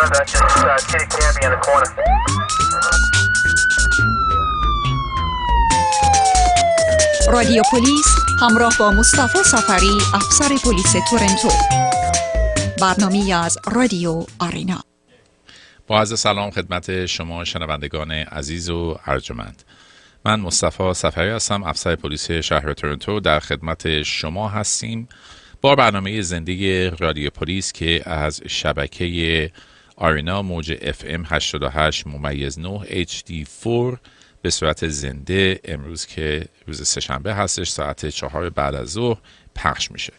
رادیو پلیس همراه با مصطفی سفری، افسر پلیس تورنتو. برنامه‌ای از رادیو آرینا. با عرض سلام خدمت شما شنوندگان عزیز و ارجمند. من مصطفی سفری هستم، افسر پلیس شهر تورنتو. در خدمت شما هستیم با برنامه زنده رادیو پلیس که از شبکه آرینا موج FM 88.9 HD4 به صورت زنده امروز که روز سه‌شنبه هستش ساعت 4 بعد از ظهر پخش میشه.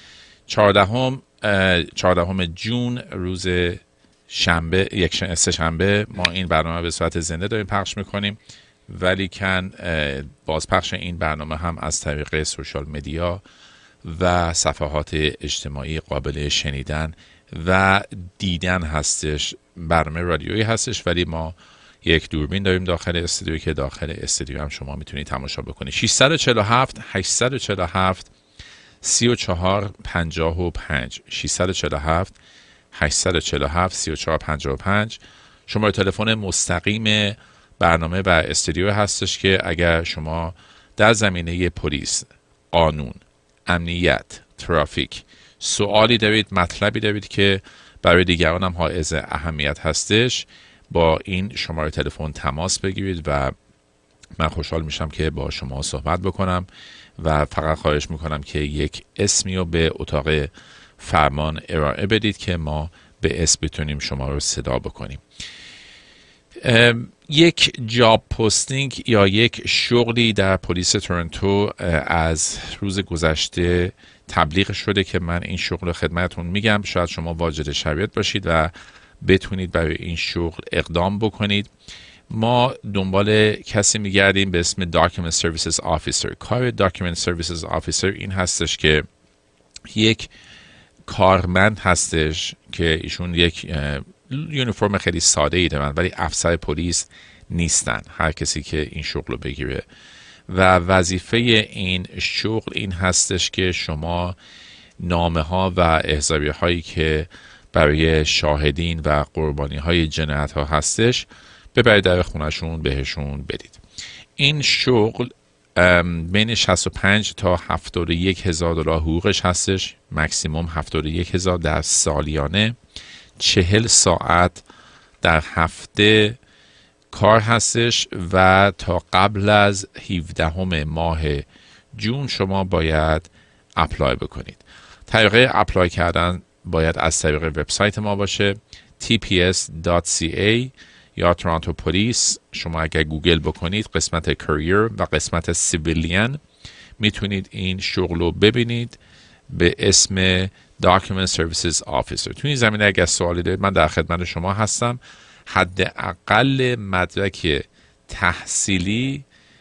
14 جون روز شنبه، سه‌شنبه، ما این برنامه به صورت زنده داریم پخش میکنیم، ولی کن بازپخش این برنامه هم از طریق سوشال مدیا و صفحات اجتماعی قابل شنیدن و دیدن هستش. برنامه رادیویی هستش، ولی ما یک دوربین داریم داخل استودیو که داخل استودیو هم شما میتونید تماشا بکنید. 647 847 3455 647 847 3455 شماره تلفن مستقیم برنامه و استودیو هستش که اگر شما در زمینه پلیس، قانون، امنیت، ترافیک سوالی دارید، مطلبی دارید که برای دیگران هم حائز اهمیت هستش، با این شماره تلفن تماس بگیرید و من خوشحال میشم که با شما صحبت بکنم و فقط خواهش میکنم که یک اسمی رو به اتاق فرمان ارائه بدید که ما به اسم بتونیم شما رو صدا بکنیم. یک جاب پستینگ یا یک شغلی در پلیس تورنتو از روز گذشته تبلیغ شده که من این شغل رو خدمتتون میگم. شاید شما واجد شرایط باشید و بتونید برای این شغل اقدام بکنید. ما دنبال کسی میگردیم به اسم Document Services Officer. کار Document Services Officer این هستش که یک کارمند هستش که ایشون یک یونیفرم خیلی ساده ای دارن، ولی افسر پلیس نیستن، هر کسی که این شغل رو بگیره. و وظیفه این شغل این هستش که شما نامه ها و احضاریه هایی که برای شاهدین و قربانی های جنایت ها هستش ببرید در خونشون بهشون بدید. این شغل بین 65 تا 71 هزار دلار حقوقش هستش، مکسیموم 71 هزار در سالیانه. 40 ساعت در هفته کار هستش و تا قبل از 17 ماه جون شما باید اپلای بکنید. طریقه اپلای کردن باید از طریق وبسایت ما باشه tps.ca یا تورنتو پلیس. شما اگر گوگل بکنید قسمت کریر و قسمت سیویلیان میتونید این شغل رو ببینید به اسم Document Services Officer. تو این زمینه اگر سوالی دارید من در خدمت شما هستم. حداقل مدرک تحصیلی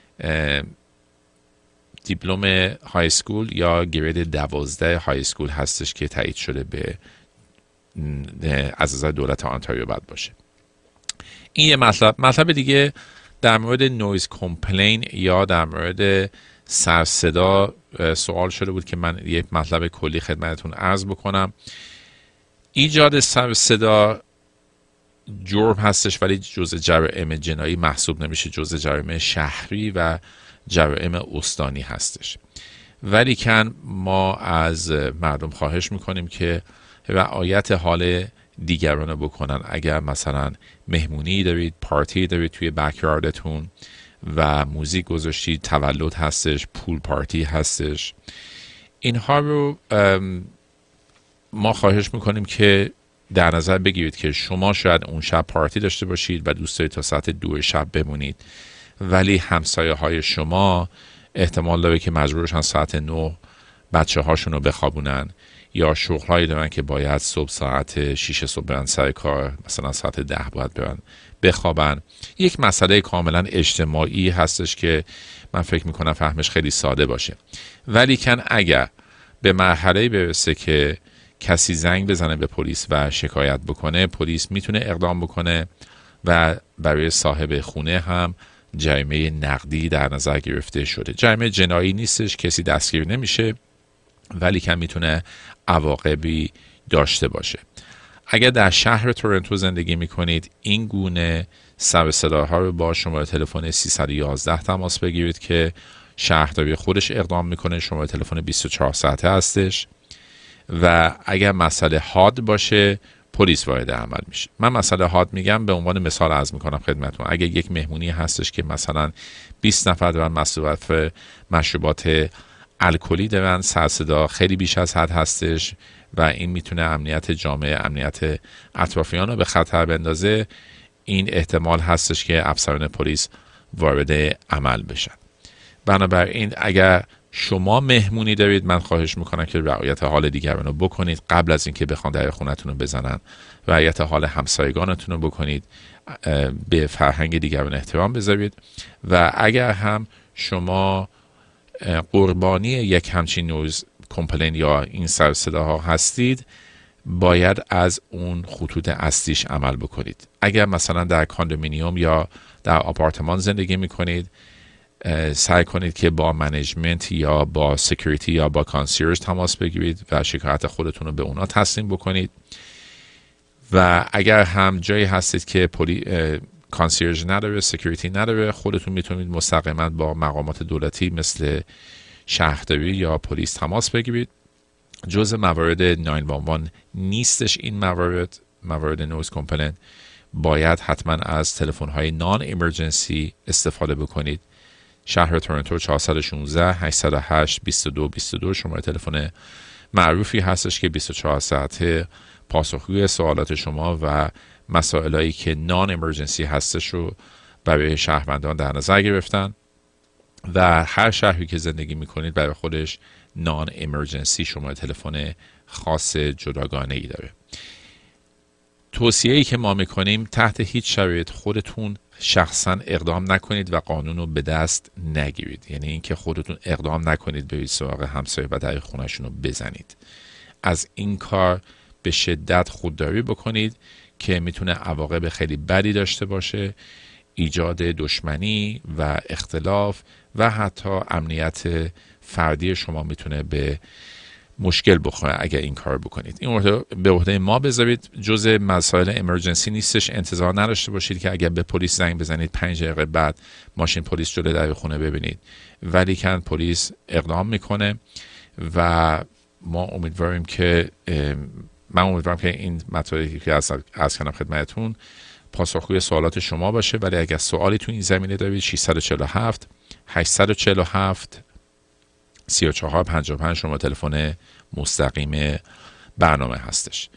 دیپلم های اسکول یا گرید 12 های اسکول هستش که تایید شده به از نظر دولت آنتاریو باید باشه. این یه مطلب دیگه در مورد نویز کامپلین یا در مورد سرصدا سوال شده بود که من یک مطلب کلی خدمتتون عرض بکنم. ایجاد سرصدا جرم هستش، ولی جزء جرائم جنایی محسوب نمیشه، جزء جرائم شهری و جرائم استانی هستش. ولی کن ما از مردم خواهش میکنیم که رعایت حال دیگران رو بکنن. اگر مثلا مهمونی دارید، پارتی دارید توی بکیاردتون و موزیک گذاشتید، تولد هستش، پول پارتی هستش، اینها رو ما خواهش میکنیم که در نظر بگیرید که شما شاید اون شب پارتی داشته باشید و دوست دارید تا ساعت 2 شب بمونید، ولی همسایه های شما احتمال داره که مجبورشن ساعت 9 بچه هاشون رو بخوابونن، یا شغل هایی دارن که باید صبح ساعت 6 صبح برن سر کار، مثلا ساعت 10 باید برن بخوابن. یک مسئله کاملا اجتماعی هستش که من فکر میکنم فهمش خیلی ساده باشه. ولی کن اگر به مرحله برسه که کسی زنگ بزنه به پلیس و شکایت بکنه، پلیس میتونه اقدام بکنه و برای صاحب خونه هم جریمه نقدی در نظر گرفته شده. جریمه جنایی نیستش، کسی دستگیر نمیشه، ولی کم میتونه عواقبی داشته باشه. اگر در شهر تورنتو زندگی میکنید این گونه سر و صداها رو با شماره تلفن 311 تماس بگیرید که شهرداری خودش اقدام میکنه. شماره تلفن 24 ساعته هستش و اگر مسئله حاد باشه پلیس وارد عمل میشه. من مسئله حاد میگم به عنوان مثال عرض میکنم خدمتتون. اگر یک مهمونی هستش که مثلا 20 نفر دارن مصرف مشروبات الکلی دارن، سر صدا خیلی بیش از حد هستش و این میتونه امنیت جامعه، امنیت اطرافیان رو به خطر بندازه، این احتمال هستش که افسران پلیس وارد عمل بشن. بنابراین اگر شما مهمونی دارید من خواهش میکنم که رعایت حال دیگران رو بکنید قبل از اینکه بخوان در خونتون رو بزنن. رعایت حال همسایگانتون رو بکنید، به فرهنگ دیگران احترام بذارید و اگر هم شما قربانی یک همچین نویز کمپلین یا این سر صداها هستید باید از اون خطوط اصلیش عمل بکنید. اگر مثلا در کاندومینیوم یا در آپارتمان زندگی میکنید سعی کنید که با منیجمنت یا با سکیوریتی یا با کانسیرج تماس بگیرید و شکایت خودتون رو به اونا تسلیم بکنید. و اگر هم جایی هستید که کانسیرج نداره، سکیوریتی نداره، خودتون میتونید مستقیما با مقامات دولتی مثل شهرداری یا پلیس تماس بگیرید. جزء موارد 911 نیستش این موارد نویز کمپلین. باید حتما از تلفن‌های نان ایمرجنسی استفاده بکنید. شهر تورنتو 416 808 2222 شماره تلفن معروفی هستش که 24 ساعته پاسخگوی سوالات شما و مسائلی که نان ایمرجنسی هستش رو برای شهروندان در نظر گرفتن و هر شهری که زندگی میکنید برای خودش نان ایمرجنسی شماره تلفن خاص جداگانه ای داره. توصیه‌ای که ما میکنیم تحت هیچ شرایط خودتون شخصا اقدام نکنید و قانون رو به دست نگیرید. یعنی اینکه خودتون اقدام نکنید برید سراغ همسایه و در خونه‌شون رو بزنید. از این کار به شدت خودداری بکنید که میتونه عواقب خیلی بدی داشته باشه، ایجاد دشمنی و اختلاف و حتی امنیت فردی شما میتونه به مشکل بخوره اگر این کار بکنید. این به عهده ما بذارید. جزء مسائل امرجنسی نیستش. انتظار نداشته باشید که اگر به پلیس زنگ بزنید 5 دقیقه بعد ماشین پلیس جلوی در خونه ببینید. ولی که پلیس اقدام میکنه و ما امیدواریم که این مطالبی که از کنم خدمتتون پاسخگوی سوالات شما باشه. ولی اگر سوالی تو این زمینه دارید 647 847 3455 شما تلفن مستقیم برنامه هستش.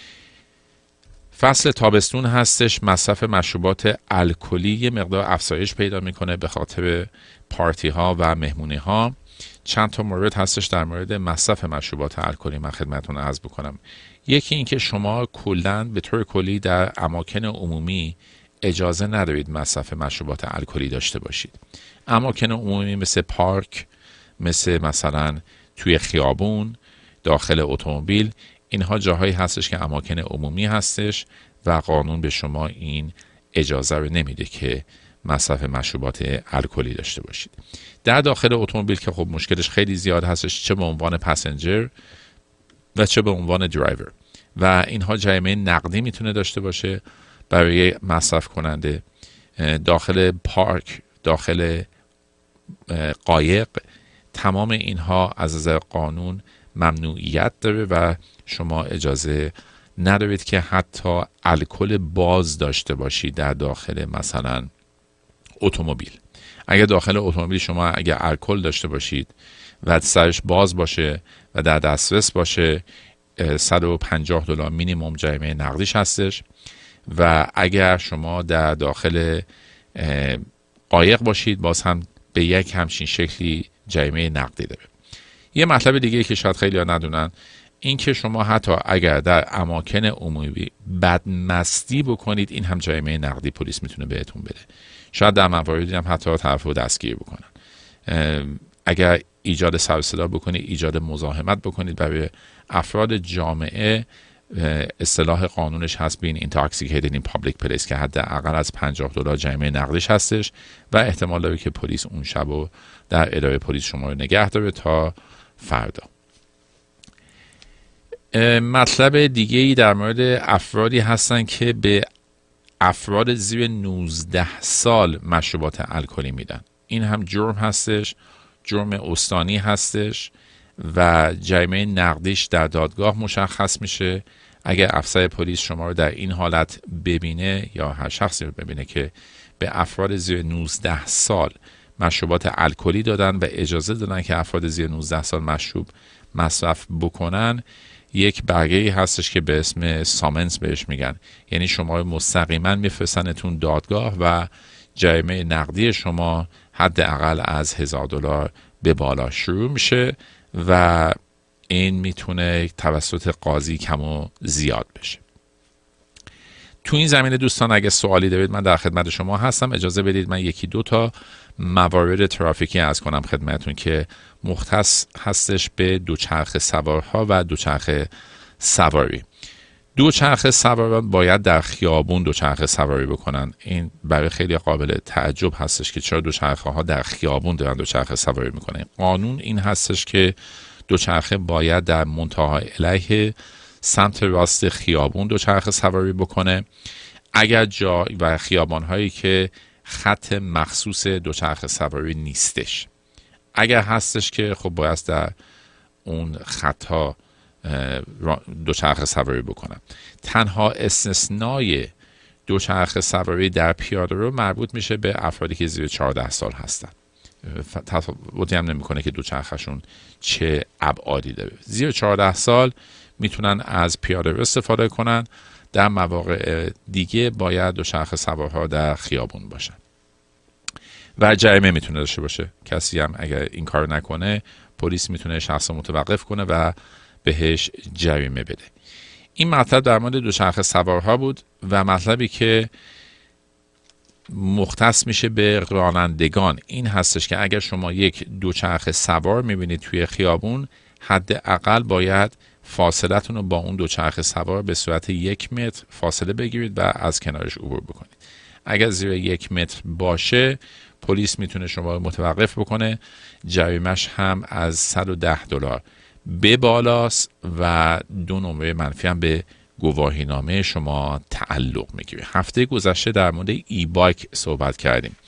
فصل تابستون هستش. مصرف مشروبات الکلی یه مقدار افزایش پیدا میکنه به خاطر پارتی ها و مهمونی ها. چند تا مورد هستش در مورد مصرف مشروبات الکلی من خدمتتون عرض بکنم. یکی این که شما کلاً به طور کلی در اماکن عمومی اجازه ندارید مصرف مشروبات الکلی داشته باشید. اماکن عمومی مثل پارک، مثلا توی خیابون، داخل اتومبیل، اینها جاهایی هستش که اماکن عمومی هستش و قانون به شما این اجازه رو نمیده که مصرف مشروبات الکلی داشته باشید. در داخل اتومبیل که خب مشکلش خیلی زیاد هستش، چه به عنوان پسنجر و چه به عنوان درایور، و اینها جریمه نقدی میتونه داشته باشه برای مصرف کننده. داخل پارک، داخل قایق، تمام اینها از نظر قانون ممنوعیت داره و شما اجازه ندارید که حتی الکل باز داشته باشید در داخل مثلا اتومبیل. اگر داخل اتومبیل شما اگر الکل داشته باشید و سرش باز باشه و در دسترس باشه $150 مینیمم جریمه نقدیش هستش. و اگر شما در داخل قایق باشید باز هم به یک همچین شکلی جریمه نقدی داره. یه مطلب دیگه که شاید خیلی ها ندونن این که شما حتی اگر در اماکن عمومی بدمستی بکنید این هم جریمه نقدی پلیس میتونه بهتون بده. شاید در مواردی هم حتی طرف رو دستگیر بکنن. اگر ایجاد سر و صدا بکنید، ایجاد مزاحمت بکنید برای افراد جامعه، اصطلاح قانونش هست being intoxicated in public place که حداقل از $50 جریمه نقدیش هستش و احتمال داره که پلیس اون شب رو در اداره پلیس شما رو نگه داره تا فردا. مطلب دیگه ای در مورد افرادی هستن که به افراد زیر 19 سال مشروبات الکلی میدن. این هم جرم هستش، جرم استانی هستش و جریمه نقدیش در دادگاه مشخص میشه. اگر افسر پلیس شما رو در این حالت ببینه یا هر شخصی رو ببینه که به افراد زیر 19 سال مشروبات الکلی دادن و اجازه دادن که افراد زیر 19 سال مشروب مصرف بکنن، یک برگه‌ای هستش که به اسم سامنس بهش میگن، یعنی شما مستقیما میفرستنتون دادگاه و جریمه نقدی شما حداقل از $1000 به بالا شروع میشه و این میتونه توسط قاضی کم و زیاد بشه. تو این زمینه دوستان اگه سوالی دارید من در خدمت شما هستم. اجازه بدید من یکی دو تا موارد ترافیکی عرض کنم خدمتتون که مختص هستش به دوچرخه سوارها و دوچرخه سواری. دوچرخه سواران باید در خیابون دوچرخه سواری بکنن. این برای خیلی قابل تعجب هستش که چرا دوچرخه ها در خیابون دارن دوچرخه سواری میکنن. قانون این هستش که دوچرخه باید در منتهای علیه سمت راست خیابون دوچرخه سواری بکنه. اگر جا و خیابان هایی که خط مخصوص دوچرخه سواری نیستش، اگر هستش که خب باید در اون خط ها دوچرخه سواری بکنن. تنها استثنای دوچرخه سواری در پیاده رو مربوط میشه به افرادی که زیر 14 سال هستن. تفاوتی هم نمیکنه که دوچرخهشون چه ابعادی داره. زیر 14 سال میتونن از پیاده رو استفاده کنن. در مواقع دیگه باید دوچرخه سوارها در خیابون باشن و جریمه میتونه داشته باشه. کسی هم اگر این کار نکنه پلیس میتونه شخص متوقف کنه و بهش جریمه بده. این مطلب در مورد دوچرخه سوارها بود و مطلبی که مختص میشه به رانندگان این هستش که اگر شما یک دوچرخه سوار میبینید توی خیابون، حداقل باید فاصلتون رو با اون دوچرخه سوار به صورت 1 متر فاصله بگیرید و از کنارش عبور بکنید. اگر زیر 1 متر باشه پلیس میتونه شما رو متوقف بکنه. جریمش هم از $110 به بالاست و 2 نمره منفی هم به گواهینامه شما تعلق میگیره. هفته گذشته در مورد ای بایک صحبت کردیم.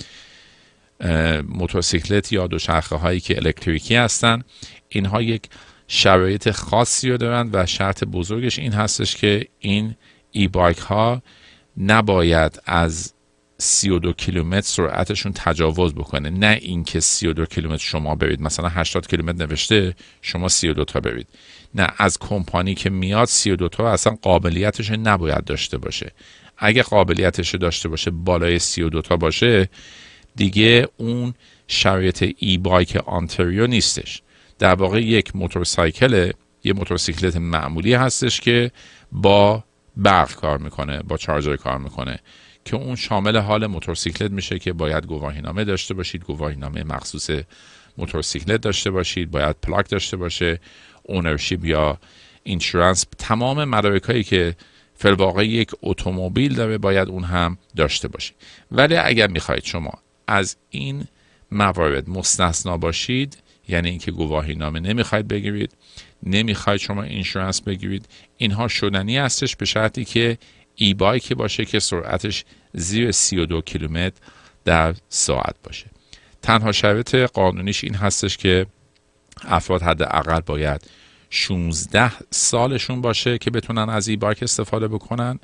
موتورسیکلت یا دوچرخه هایی که الکتریکی هستن، اینها یک شرایط خاصی رو دارن و شرط بزرگش این هستش که این ای بایک ها نباید از 32 کیلومتر سرعتشون تجاوز بکنه. نه اینکه 32 کیلومتر شما برید، مثلا 80 کیلومتر نوشته شما 32 تا برید. نه، از کمپانی که میاد 32 تا اصلا قابلیتش نباید داشته باشه. اگه قابلیتش داشته باشه بالای 32 تا باشه دیگه اون شرایط ای بایک آنتریو نیستش. در واقع یک موتورسایکل، یه موتورسیکلت معمولی هستش که با برق کار میکنه، با چارجر کار میکنه که اون شامل حال موتورسیکلت میشه که باید گواهینامه داشته باشید، گواهینامه مخصوص موتورسیکلت داشته باشید، باید پلاک داشته باشه، اونرشیپ یا اینشورنس، تمام مدارکایی که فی الواقع یک اتومبیل داره باید اون هم داشته باشید. ولی اگر میخواید شما از این موارد مستثنا باشید، یعنی اینکه گواهینامه نمیخواید بگیرید، نمیخواید شما اینشورنس بگیرید، اینها شدنی هستش به شرطی که ای بایک باشه که سرعتش زیر 32 کیلومتر در ساعت باشه. تنها شرط قانونیش این هستش که افراد حداقل باید 16 سالشون باشه که بتونن از ای بایک استفاده بکنن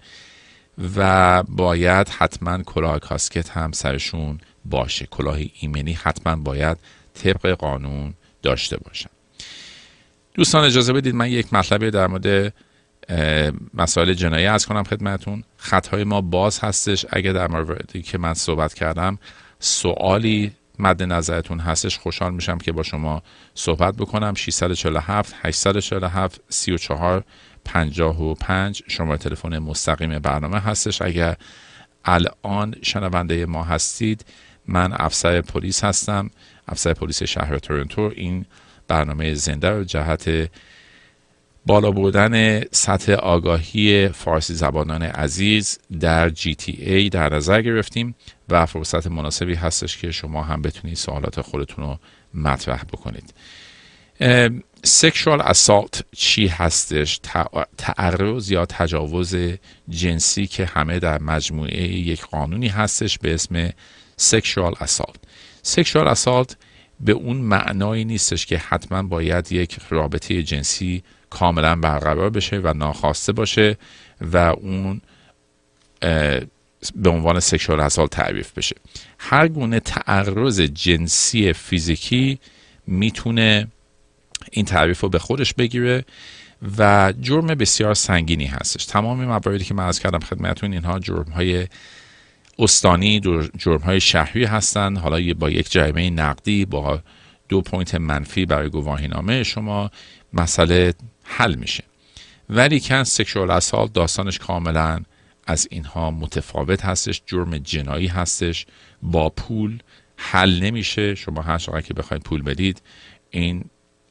و باید حتما کلاه کاسکت هم سرشون باشه. کلاه ایمنی حتما باید طبق قانون داشته باشن. دوستان اجازه بدید من یک مطلبی در مورد مسائل جنایی عرض کنم خدمتون. خطهای ما باز هستش. اگر در موردی که من صحبت کردم سوالی مد نظرتون هستش خوشحال میشم که با شما صحبت بکنم. 647 847 34 55 شماره تلفن مستقیم برنامه هستش. اگر الان شنونده ما هستید، من افسر پلیس هستم، افسر پلیس شهر تورنتو. این برنامه زنده رو جهت بالا بردن سطح آگاهی فارسی زبانان عزیز در GTA در نظر گرفتیم و فرصت مناسبی هستش که شما هم بتونید سوالات خودتون رو مطرح بکنید. سکشوال اسالت چی هستش؟ تعرض یا تجاوز جنسی که همه در مجموعه یک قانونی هستش به اسم سکشوال اسالت. سکشوال اسالت به اون معنایی نیستش که حتما باید یک رابطه جنسی کاملا برقرار بشه و ناخواسته باشه و اون به عنوان سکشوال اسالت تعریف بشه. هر گونه تعرض جنسی فیزیکی میتونه این تعریف رو به خودش بگیره و جرم بسیار سنگینی هستش. تمام مواردی که من عرض کردم خدمتتون اینها جرم‌های استانی، جرم‌های شهری هستن. حالا با یک جریمه نقدی با 2 پوینت منفی برای گواهینامه شما مسئله حل میشه. ولی کن سکشوال اسالت داستانش کاملا از اینها متفاوت هستش. جرم جنایی هستش، با پول حل نمیشه. شما هر چقدر که بخواید پول بدید این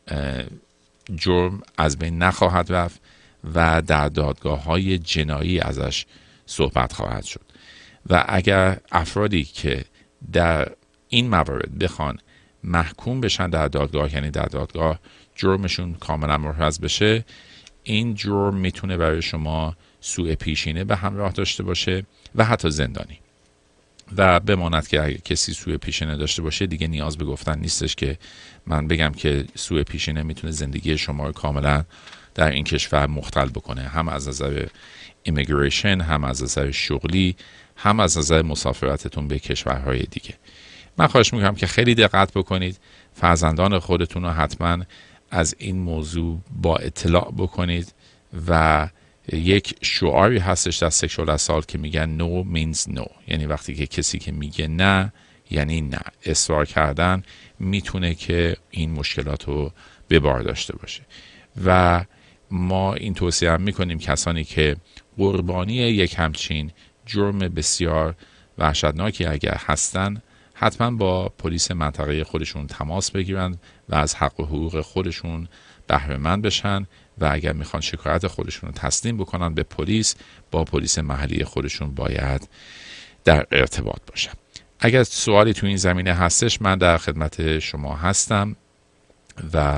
جرم از بین نخواهد رفت و در دادگاه‌های جنایی ازش صحبت خواهد شد. و اگر افرادی که در این موارد بخوان محکوم بشن در دادگاه، یعنی در دادگاه جرمشون کاملا محرز بشه، این جرم میتونه برای شما سوء پیشینه به همراه داشته باشه و حتی زندانی. و بماند که اگر کسی سوء پیشینه داشته باشه دیگه نیاز به گفتن نیستش که من بگم که سوء پیشینه میتونه زندگی شما رو کاملا در این کشور مختل بکنه، هم از نظر ایمیگریشن، هم از نظر شغلی، هم از نظر مسافرتتون به کشورهای دیگه. من خواهش میکنم که خیلی دقت بکنید، فرزندان خودتون رو حتما از این موضوع با اطلاع بکنید و یک شعاری هستش در سکشوال اسالت که میگن no means no، یعنی وقتی که کسی که میگه نه یعنی نه. اصرار کردن میتونه که این مشکلات رو به بار داشته باشه و ما این توصیه هم میکنیم کسانی که قربانی یک همچین جرم بسیار وحشتناکی اگر هستن حتما با پلیس منطقه خودشون تماس بگیرن و از حق و حقوق خودشون بهره مند بشن و اگر میخوان شکایت خودشون رو تسلیم بکنن به پلیس، با پلیس محلی خودشون باید در ارتباط باشن. اگر سوالی تو این زمینه هستش من در خدمت شما هستم و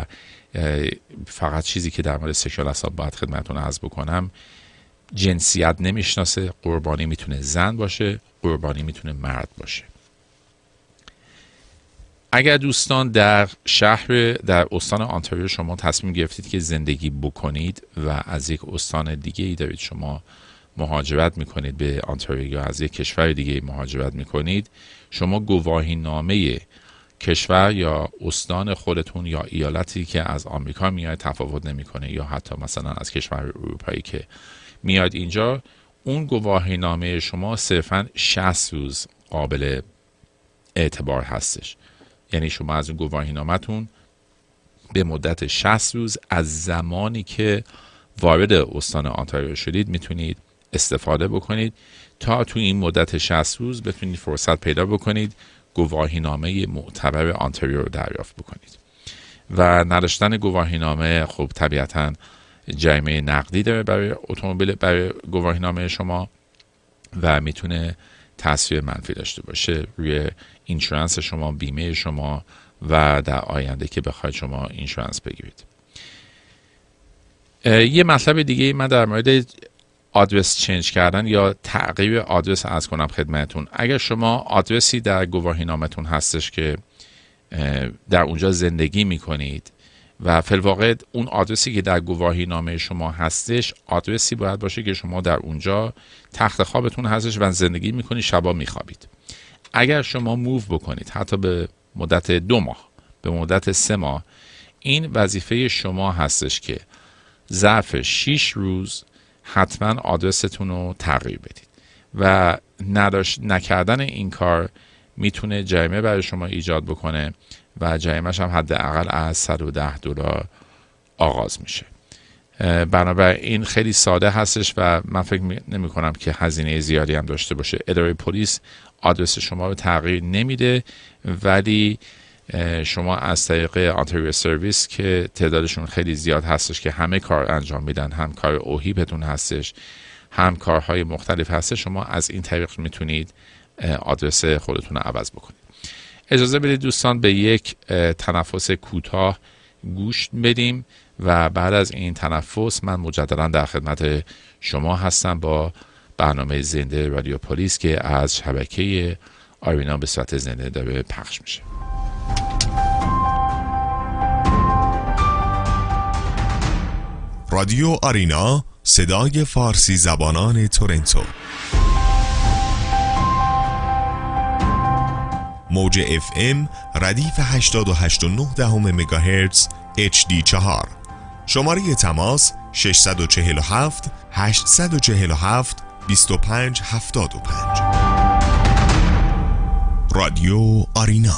فقط چیزی که در مورد سکشوال اسالت باید خدمتتون عرض بکنم، جنسیت نمیشناسه. قربانی میتونه زن باشه، قربانی میتونه مرد باشه. اگر دوستان در استان آنتاریو شما تصمیم گرفتید که زندگی بکنید و از یک استان دیگه ای دارید شما مهاجرت میکنید به آنتاریو یا از یک کشور دیگه مهاجرت میکنید، شما گواهی نامه کشور یا استان خودتون یا ایالتی که از آمریکا میاد تفاوت نمیکنه یا حتی مثلا از کشور اروپایی که میاد اینجا، اون گواهی نامه شما صرفاً 60 روز قابل اعتبار هستش. یعنی شما از اون گواهی نامتون به مدت 60 روز از زمانی که وارد استان آنتاریو شدید میتونید استفاده بکنید تا تو این مدت 60 روز بتونید فرصت پیدا بکنید گواهی نامه معتبر آنتاریو رو دریافت بکنید. و نداشتن گواهی نامه خب طبیعتاً جریمه نقدی داره برای اتومبیل، برای گواهی نامه شما و میتونه تاثیر منفی داشته باشه روی اینشورنس شما، بیمه شما و در آینده که بخواید شما اینشورنس بگیرید. یه مطلب دیگه من در مورد آدرس چنج کردن یا تغییر آدرس عرض کنم خدمتتون. اگر شما آدرسی در گواهی نامتون هستش که در اونجا زندگی میکنید و فی الواقع اون آدرسی که در گواهی نامه شما هستش آدرسی باید باشه که شما در اونجا تخت خوابتون هستش و زندگی میکنید، شبا میخوابید. اگر شما موو بکنید حتی به مدت 2 ماه، به مدت 3 ماه، این وظیفه شما هستش که ظرف 6 روز حتما آدرستون رو تغییر بدید و نکردن این کار میتونه جریمه برای شما ایجاد بکنه و جریمه‌اش هم حداقل از $110 آغاز میشه. بنابراین خیلی ساده هستش و من فکر نمی کنم که هزینه زیادی هم داشته باشه. اداره پلیس آدرس شما رو تغییر نمیده ولی شما از طریق آنتاریو سرویس که تعدادشون خیلی زیاد هستش که همه کار انجام میدن، هم کار اوهیبتون هستش هم کارهای مختلف هستش، شما از این طریق میتونید آدرس خودتون رو عوض بکنید. اجازه بدید دوستان به یک تنفس کوتاه گوش بدیم و بعد از این تنفس من مجددا در خدمت شما هستم با برنامه زنده رادیو پلیس که از شبکه آرینا به صورت زنده داره پخش میشه. رادیو آرینا، صدای فارسی زبانان تورنتو. موج FM ردیف 88.9 مگاهرتز HD4. شماره تماس 647 847 2575. رادیو آرینا.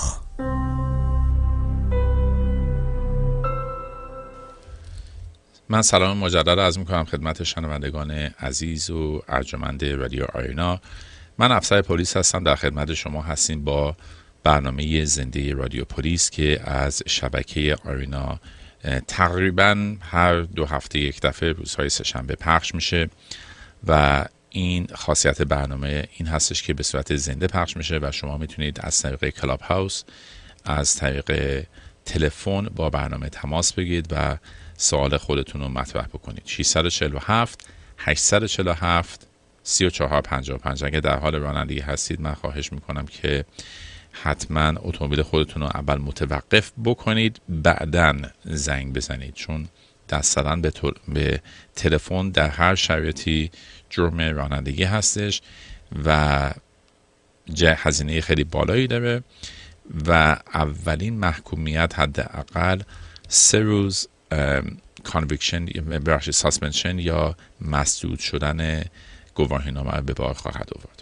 من سلام مجدد عرض می‌کنم خدمت شنوندگان عزیز و ارجمند رادیو آرینا. من افسر پلیس هستم، در خدمت شما هستیم با برنامه زنده رادیو پلیس که از شبکه آرینا تقریبا هر 2 هفته یک دفعه روزهای سه‌شنبه پخش میشه و این خاصیت برنامه این هستش که به صورت زنده پخش میشه و شما میتونید از طریق کلاب هاوس، از طریق تلفن با برنامه تماس بگیرید و سوال خودتون رو مطرح بکنید. 647 847 3455. اگه در حال رانندگی هستید من خواهش میکنم که حتما اتومبیل خودتون رو اول متوقف بکنید بعداً زنگ بزنید، چون دست زدن به تلفن در هر شرایطی جرم رانندگی هستش و هزینه خیلی بالایی داره و اولین محکومیت حداقل 3 روز کانویکشن ساسپنشن یا مسدود شدن گواهینامه به بار خواهد آورد.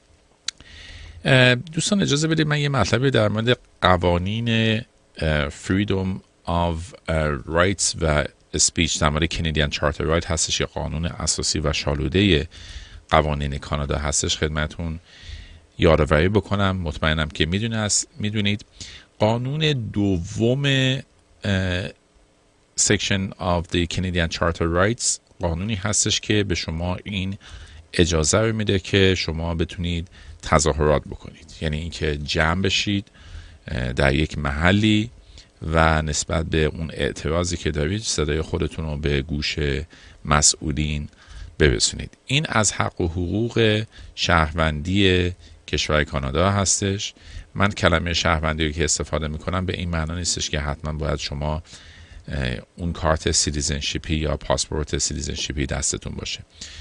دوستان اجازه بدید من یه مطلبی در مورد قوانین Freedom of Rights و Speech در مورد Canadian Charter Right هستش یا قانون اساسی و شالوده قوانین کانادا هستش خدمتون یادآوری بکنم. مطمئنم که میدونید قانون دوم Section of the Canadian Charter Rights قانونی هستش که به شما این اجازه رو میده که شما بتونید تظاهرات بکنید، یعنی اینکه جمع بشید در یک محلی و نسبت به اون اعتراضی که دارید صدای خودتون رو به گوش مسئولین برسونید. این از حق و حقوق شهروندی کشور کانادا هستش. من کلمه شهروندی رو که استفاده میکنم به این معنا نیستش که حتما باید شما اون کارت سیتیزنشیپی یا پاسپورت سیتیزنشیپی دستتون باشه.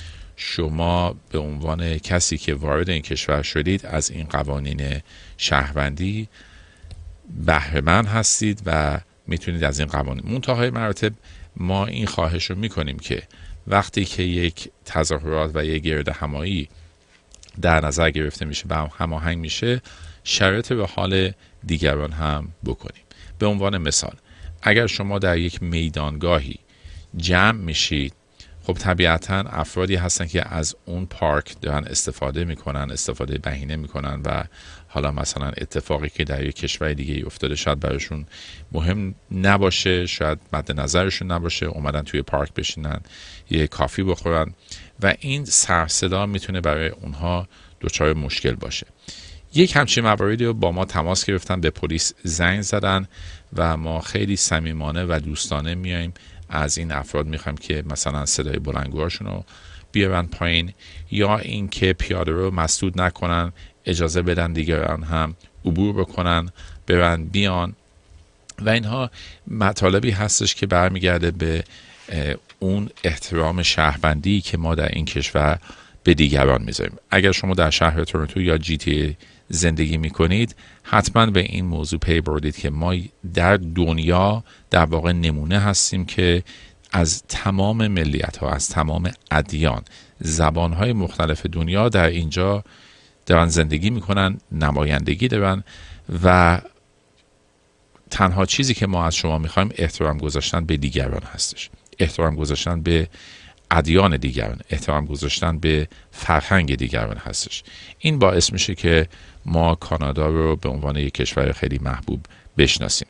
شما به عنوان کسی که وارد این کشور شدید از این قوانین شهروندی بهره مند هستید و میتونید از این قوانین منتهای مراتب ما این خواهش رو میکنیم که وقتی که یک تظاهرات و یک گرد همایی در نظر گرفته میشه و هماهنگ میشه شرایط به حال دیگران هم بکنیم. به عنوان مثال اگر شما در یک میدانگاهی جمع میشید، خب طبیعتاً افرادی هستن که از اون پارک دارن استفاده میکنن، استفاده بهینه میکنن و حالا مثلا اتفاقی که در یک کشور دیگه افتاده شاید براشون مهم نباشه، شاید مد نظرشون نباشه، اومدن توی پارک بشینن یه کافی بخورن و این سر صدا میتونه برای اونها دچار مشکل باشه. یک همچین مواردی رو با ما تماس گرفتن، به پلیس زنگ زدن و ما خیلی صمیمانه و دوستانه میایم از این افراد میخوایم که مثلا صدای بلندگوهاشون رو بیارن پایین یا اینکه پیاده رو مسدود نکنن، اجازه بدن دیگران هم عبور بکنن، برن بیان و اینها مطالبی هستش که برمیگرده به اون احترام شهروندی که ما در این کشور به دیگران میذاریم. اگر شما در شهر تورنتو یا GTA زندگی میکنید حتما به این موضوع پی بردید که ما در دنیا در واقع نمونه هستیم که از تمام ملیت ها، از تمام ادیان، زبان های مختلف دنیا در اینجا دارن زندگی میکنن، نمایندگی دارن و تنها چیزی که ما از شما میخوایم احترام گذاشتن به دیگران هستش، احترام گذاشتن به ادیان دیگران، احترام گذاشتن به فرهنگ دیگران هستش. این باعث میشه که ما کانادا رو به عنوان یک کشور خیلی محبوب بشناسیم.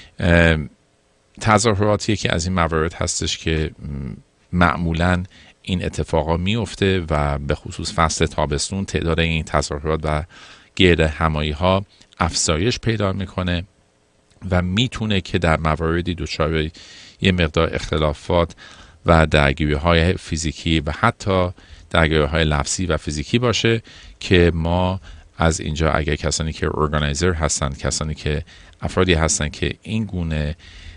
تظاهرات یکی از این موارد هستش که معمولاً این اتفاقا میفته و به خصوص فصل تابستون تعداد این تظاهرات و گرد همایی ها افزایش پیدا میکنه و میتونه که در مواردی دچار یه مقدار اختلافات و درگیری‌های فیزیکی و حتی درگیری‌های لفظی و فیزیکی باشه که ما از اینجا اگر کسانی که ارگانایزر هستن، کسانی که افرادی هستن که این گونه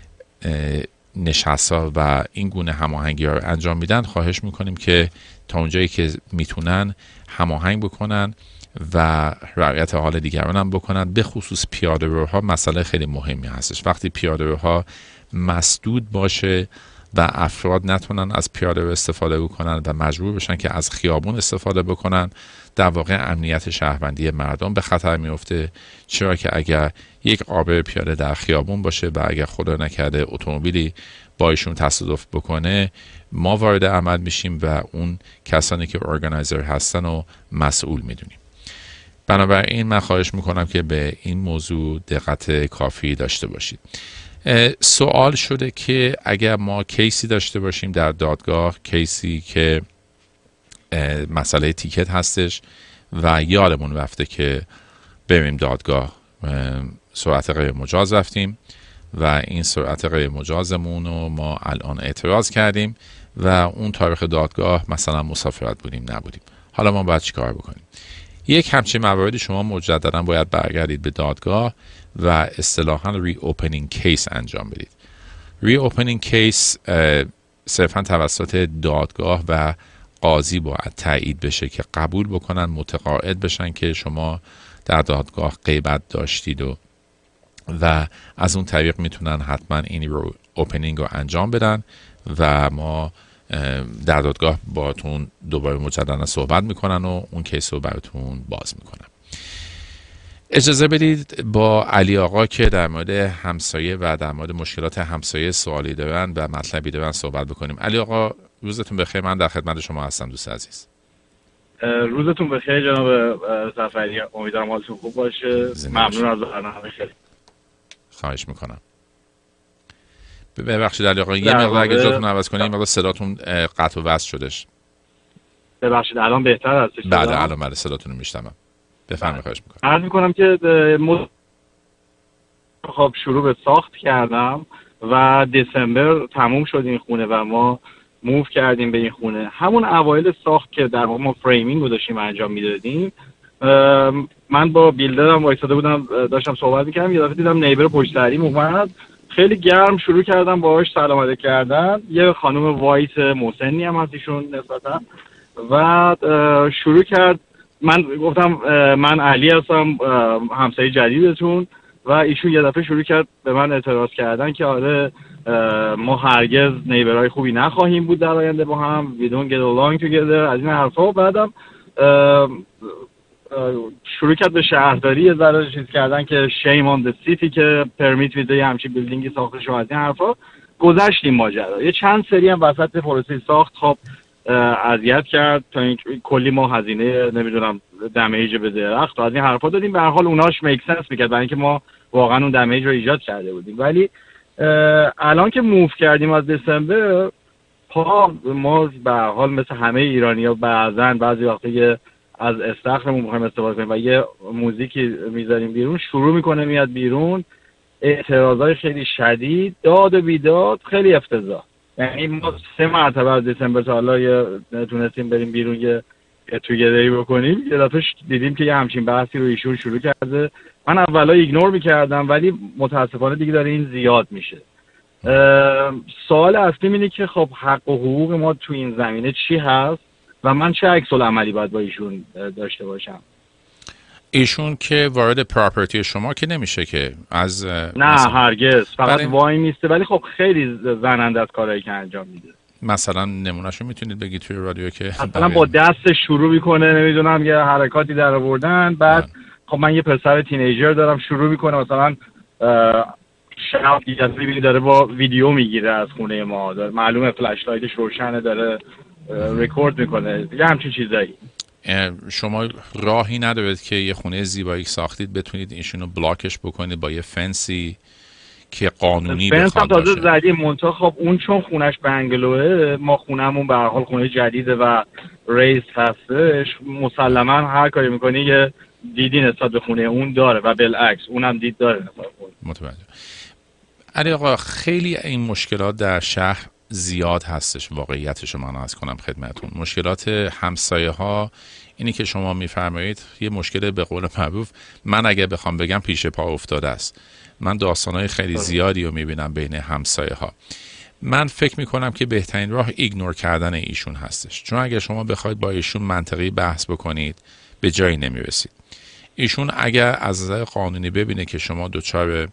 نشست‌ها و این گونه هماهنگی‌ها رو انجام میدن، خواهش میکنیم که تا اونجایی که میتونن هماهنگ بکنن و رعایت حال دیگران هم بکنن. به خصوص پیاده‌روها مسئله خیلی مهمی هستش. وقتی پیاده‌روها مسدود باشه و افراد نتونن از پیاده‌رو استفاده بکنن و مجبور بشن که از خیابون استفاده بکنن، در واقع امنیت شهروندی مردم به خطر میفته. چرا که اگر یک عابر پیاده در خیابون باشه و اگر خدا نکرده اتومبیلی با ایشون تصادف بکنه، ما وارد عمل میشیم و اون کسانی که ارگانایزر هستن رو مسئول میدونیم. بنابراین من خواهش میکنم که به این موضوع دقت کافی داشته باشید. سوال شده که اگر ما کیسی داشته باشیم در دادگاه، کیسی که مسئله تیکت هستش و یادمون رفته که بریم دادگاه، سرعت غیر مجاز رفتیم و این سرعت غیر مجازمون رو ما الان اعتراض کردیم و اون تاریخ دادگاه مثلا مسافرت بودیم نبودیم، حالا ما باید چی کار بکنیم؟ یک همچین مواردی شما مجددا باید برگردید به دادگاه و اصطلاحاً ری اوپنینگ کیس انجام بدید. ری اوپنینگ کیس صرفاً توسط دادگاه و قاضی باید تایید بشه که قبول بکنن، متقاعد بشن که شما در دادگاه غیبت داشتید و از اون طریق میتونن حتما این رو اوپنینگ رو انجام بدن و ما در دادگاه باتون دوباره مجددا صحبت میکنن و اون کیس رو براتون باز میکنن. اجازه بدید با علی آقا که در مورد همسایه و در مورد مشکلات همسایه سوالی دارن و مطلبی دارن صحبت بکنیم. علی آقا روزتون بخیر، من در خدمت شما هستم دوست عزیز. روزتون بخیر جناب صفری، امیدوارم حالتون خوب باشه. ممنون از برنامه. خیلی خواهش میکنم. ببخشید علی آقا، یه مقدار اگه جاتون عوض کنید، این مقدار صداتون قطع و وصل شدش. ببخشید الان بهتر هستش؟ بله الان صداتون رو میشنوم. بفرمایید. خواهش میکنم. عرض میکنم که خب شروع به ساخت کردم و دسامبر تموم شد این خونه و ما موو کردیم به این خونه. همون اوایل ساخت که در واقع ما فریمینگ رو داشتیم انجام میدادیم، من با بیلدرم وایساده بودم داشتم صحبت میکردم، یه دفعه دیدم نیبر پشت سریم اومد، خیلی گرم شروع کردم باهاش سلام علیک کردن. یه خانم وایت مسنی هم هست ایشون نسبتا، و شروع کرد. من گفتم من علی هستم همسایه جدیدتون، و ایشون یه دفعه شروع کرد به من اعتراض کردن که آره ما هرگز نیبرهای خوبی نخواهیم بود در آینده با هم، we don't get along together، از این حرفا. بعدم شروع کرد به شهرداری یه ذره چیز کردن که shame on the city که پرمیت میده یه همچین بیلدینگی ساخته شو. از این حرفا گذشتیم ماجرا. یه چند سری هم وسط پروسه ساخت خب اذیت کرد تا این کلی ما هزینه نمیدونم دمیج به درخت و از این حرفا دادیم. به هر حال اوناش میک سنس میکرد برای اینکه ما واقعا اون دمیج رو ایجاد کرده بودیم. ولی الان که موو کردیم از دسامبر، ما به هر حال مثل همه ایرانی‌ها بعضی وقتا از استخرمون می‌خوایم استفاده کنیم و یه موزیکی میذاریم بیرون، شروع میکنه میاد بیرون اعتراضای خیلی شدید، داد و بیداد، خیلی افتضاح. یعنی ما 3 مرتبه از دسامبر تا حالا تونستیم بریم بیرون یه توگیدری بکنیم. یه دفعه دیدیم که یه همچین بحثی رو ایشون شروع کرده. من اولا ایگنور میکردم ولی متاسفانه دیگه داره این زیاد میشه. سوال اصلی اینه که خب حق و حقوق ما تو این زمینه چی هست و من چه عکس العملی باید با ایشون داشته باشم؟ ایشون که وارد پراپرتی شما که نمیشه که از نه هرگز، فقط وای میسته، ولی خب خیلی زننده از کارهایی که انجام میده. مثلا نمونهشو میتونید بگید توی رادیو که مثلا با دست شروع میکنه نمیدونم یه حرکاتی در آوردن، بعد خب من یه پسر تینیجر دارم، شروع میکنه مثلا شب دیگه داره با ویدیو میگیره از خونه ما، داره معلومه فلش لایتش روشنه، داره رکورد میکنه یه همچین چیزایی. شما راهی ندارید که یه خونه زیبایی ساختید بتونید ایشونو بلاکش بکنید با یه فنسی که قانونی بخواد باشه؟ فنس تازه زدیم منتها خب اون چون خونش بنگلوه، ما خونمون به هر حال خونه جدیده و ریز هستش، مسلما هر کاری میکنی یه دیدی نسبت به خونه اون داره و بالعکس اونم دید داره نسبت به متوجه. علی آقا خیلی این مشکلات در شهر زیاد هستش، واقعیتش من عرض کنم خدمتون. مشکلات همسایه ها اینی که شما میفرمایید یه مشکل به قول معروف من اگه بخوام بگم پیش پا افتاده است. من داستانهای خیلی زیادی رو میبینم بین همسایه ها. من فکر میکنم که بهترین راه ایگنور کردن ایشون هستش، چون اگه شما بخواید با ایشون منطقی بحث بکنید به جایی نمیرسید. ایشون اگر از نظر قانونی ببینه که شما دوچار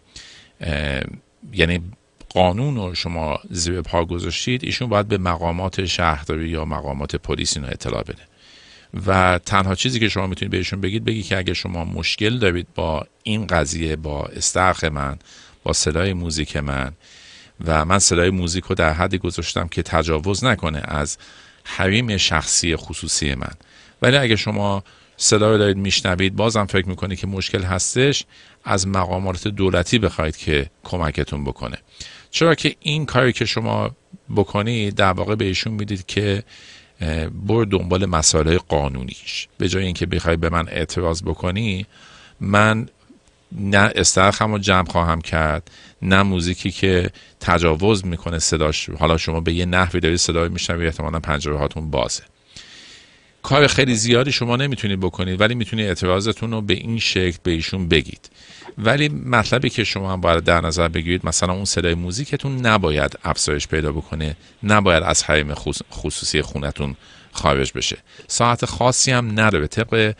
یعنی قانون رو شما زیر پا گذاشتید، ایشون باید به مقامات شهرداری یا مقامات پلیس اینو اطلاع بده. و تنها چیزی که شما میتونید بهشون بگید که اگه شما مشکل دارید با این قضیه، با استرخ من، با صدای موزیک من، و من صدای موزیک رو در حدی گذاشتم که تجاوز نکنه از حریم شخصی خصوصی من، ولی اگه شما صدا رو دارید میشنوید بازم فکر میکنید که مشکل هستش، از مقامات دولتی بخواید که کمکتون بکنه. چرا که این کاری که شما بکنید در واقع به ایشون میدید که برو دنبال مسائل قانونیش، به جای اینکه بخوای به من اعتراض بکنی، من نه استرخم رو جمع خواهم کرد، نه موزیکی که تجاوز میکنه صداش، حالا شما به یه نحوی دارید صدای میشنوید احتمالاً پنجره هاتون بازه. کار خیلی زیادی شما نمیتونید بکنید، ولی میتونید اعتراضتون رو به این شکل به ایشون بگید. ولی مطلبی که شما هم باید در نظر بگیرید، مثلا اون صدای موزیکتون نباید افزایش پیدا بکنه، نباید از حریم خصوصی خونتون خارج بشه. ساعت خاصی هم نداره، طبق